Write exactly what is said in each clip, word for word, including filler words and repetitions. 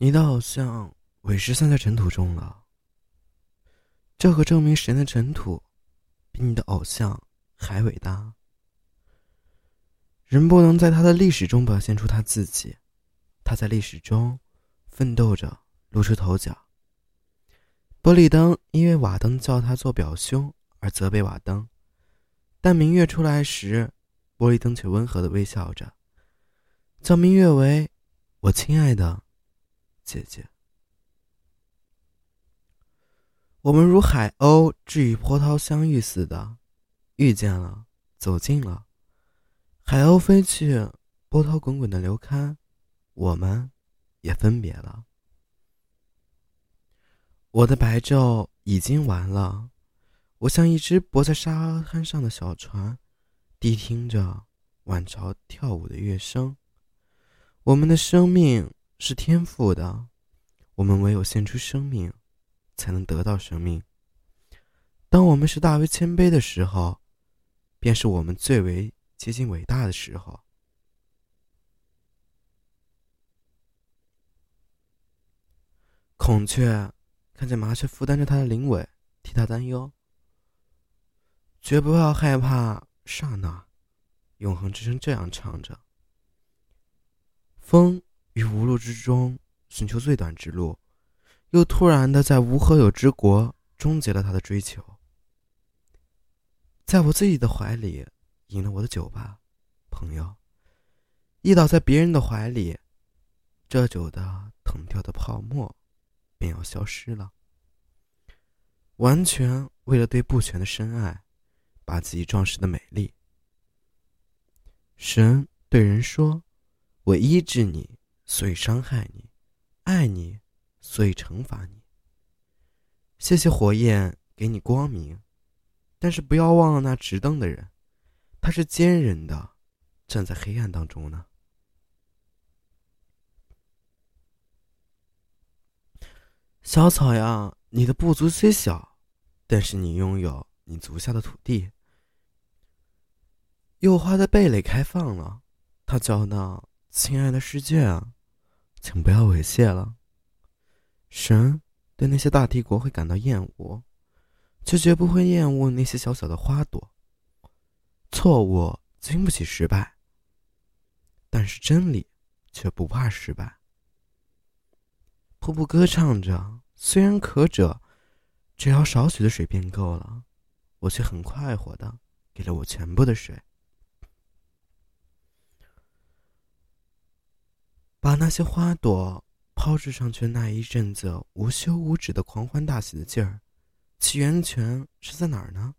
你的偶像委实散在尘土中了，这可证明神的尘土比你的偶像还伟大。人不能在他的历史中表现出他自己，他在历史中奋斗着露出头角。伯里登因为瓦登叫他做表兄而责备瓦登，但明月出来时，伯里登却温和地微笑着，叫明月为我亲爱的姐姐。我们如海鸥至与波涛相遇似的，遇见了，走近了，海鸥飞去，波涛滚滚的流开，我们也分别了。我的白昼已经完了，我像一只泊在沙滩上的小船，谛听着晚潮跳舞的乐声。我们的生命是天赋的，我们唯有献出生命，才能得到生命。当我们是大为谦卑的时候，便是我们最为接近伟大的时候。孔雀看见麻雀负担着它的灵尾，替它担忧。绝不要害怕刹那，永恒之声这样唱着。风于无路之中寻求最短之路，又突然的在无何有之国终结了他的追求。在我自己的怀里赢了我的酒吧，朋友，一倒在别人的怀里，这酒的腾跳的泡沫便要消失了。完全为了对不全的深爱，把自己壮实的美丽。神对人说，我医治你，所以伤害你，爱你，所以惩罚你。谢谢火焰给你光明，但是不要忘了那直灯的人，他是坚忍的，站在黑暗当中呢。小草呀，你的部族虽小，但是你拥有你足下的土地。幼花的蓓蕾开放了，他叫道，亲爱的世界啊，请不要猥亵了。神对那些大帝国会感到厌恶，却绝不会厌恶那些小小的花朵。错误经不起失败，但是真理却不怕失败。瀑布歌唱着，虽然渴者，只要少许的水便够了，我却很快活的给了我全部的水。把那些花朵抛掷上去，那一阵子无休无止的狂欢大喜的劲儿，其源泉是在哪儿呢？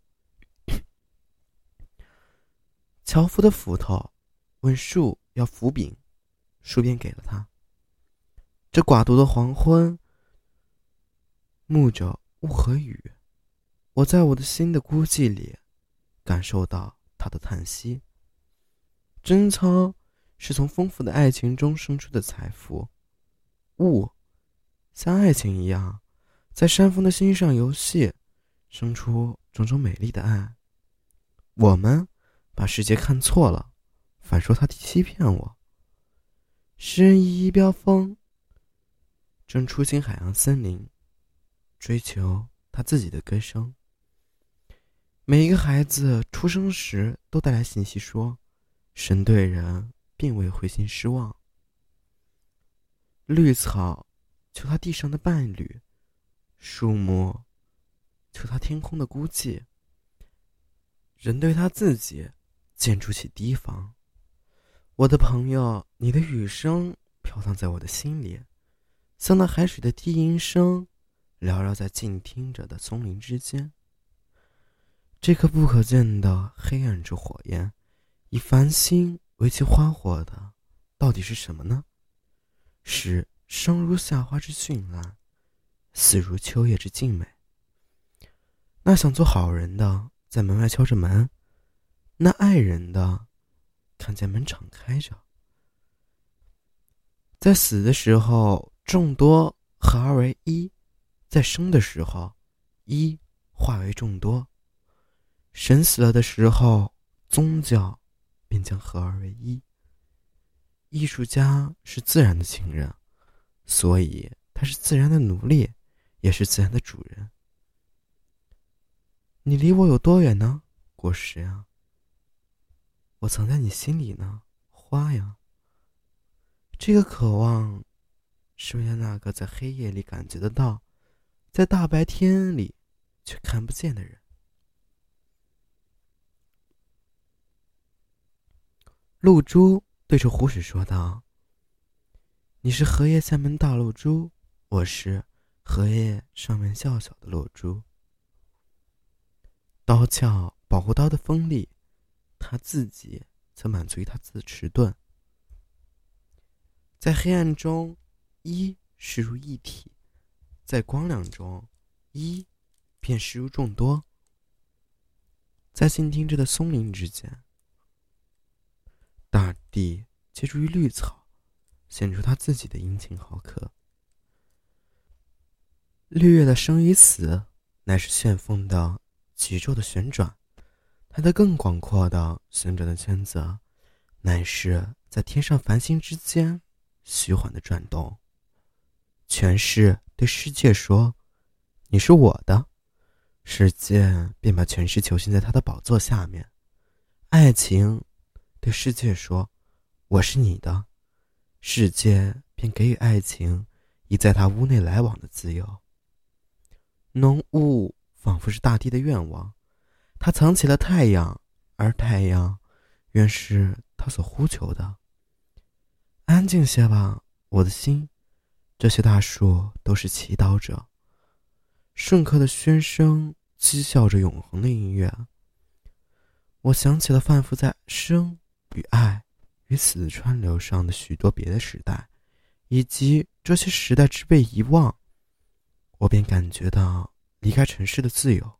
樵夫的斧头问树要斧柄，树便给了他。这寡独的黄昏，沐着雾和雨，我在我的心的孤寂里感受到他的叹息。贞操是从丰富的爱情中生出的财富，雾像爱情一样在山峰的心上游戏，生出种种美丽的爱。我们把世界看错了，反说他欺骗我。诗人一一飙风，正出行海洋森林，追求他自己的歌声。每一个孩子出生时都带来信息说，神对人并未灰心失望。绿草求他地上的伴侣，树木求他天空的孤寂。人对他自己建筑起堤防。我的朋友，你的雨声飘荡在我的心里，像那海水的低吟声，缭绕在静听着的松林之间。这颗不可见的黑暗之火焰，以繁星为其花火的，到底是什么呢？是生如夏花之绚烂，死如秋叶之静美。那想做好人的在门外敲着门，那爱人的看见门敞开着。在死的时候，众多合而为一；在生的时候，一化为众多。神死了的时候，宗教便将合而为一。艺术家是自然的情人， 所以他是自然的奴隶，也是自然的主人。你离我有多远呢，果实呀？我藏在你心里呢，花呀。这个渴望是为了那个在黑夜里感觉得到，在大白天里却看不见的人。露珠对着湖水说道：你是荷叶下面大露珠，我是荷叶上面较小的露珠。刀鞘保护刀的锋利，他自己则满足于他自的迟钝。在黑暗中，一视如一体；在光亮中，一便视如众多。在静听着的松林之间，大地借助于绿草，显出他自己的殷勤好客。绿叶的生与死，乃是旋风的急骤的旋转，它的更广阔的旋转的圈子，乃是在天上繁星之间虚缓的转动。权势对世界说：你是我的，世界便把权势囚禁在他的宝座下面。爱情对世界说：我是你的，世界便给予爱情以在他屋内来往的自由。浓雾仿佛是大地的愿望，它藏起了太阳，而太阳原是他所呼求的。安静些吧，我的心，这些大树都是祈祷者。瞬刻的喧声讥笑着永恒的音乐。我想起了泛伏在生与爱与死川流上的许多别的时代，以及这些时代之被遗忘，我便感觉到离开尘世的自由。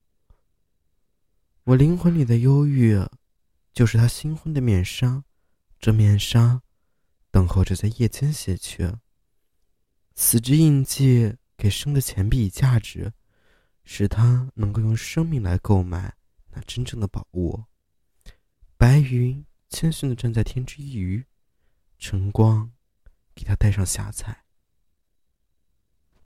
我灵魂里的忧郁，就是他新婚的面纱，这面纱等候着在夜间卸去。死之印记给生的钱币以价值，使他能够用生命来购买那真正的宝物。白云谦逊地站在天之一隅，晨光给他带上霞彩。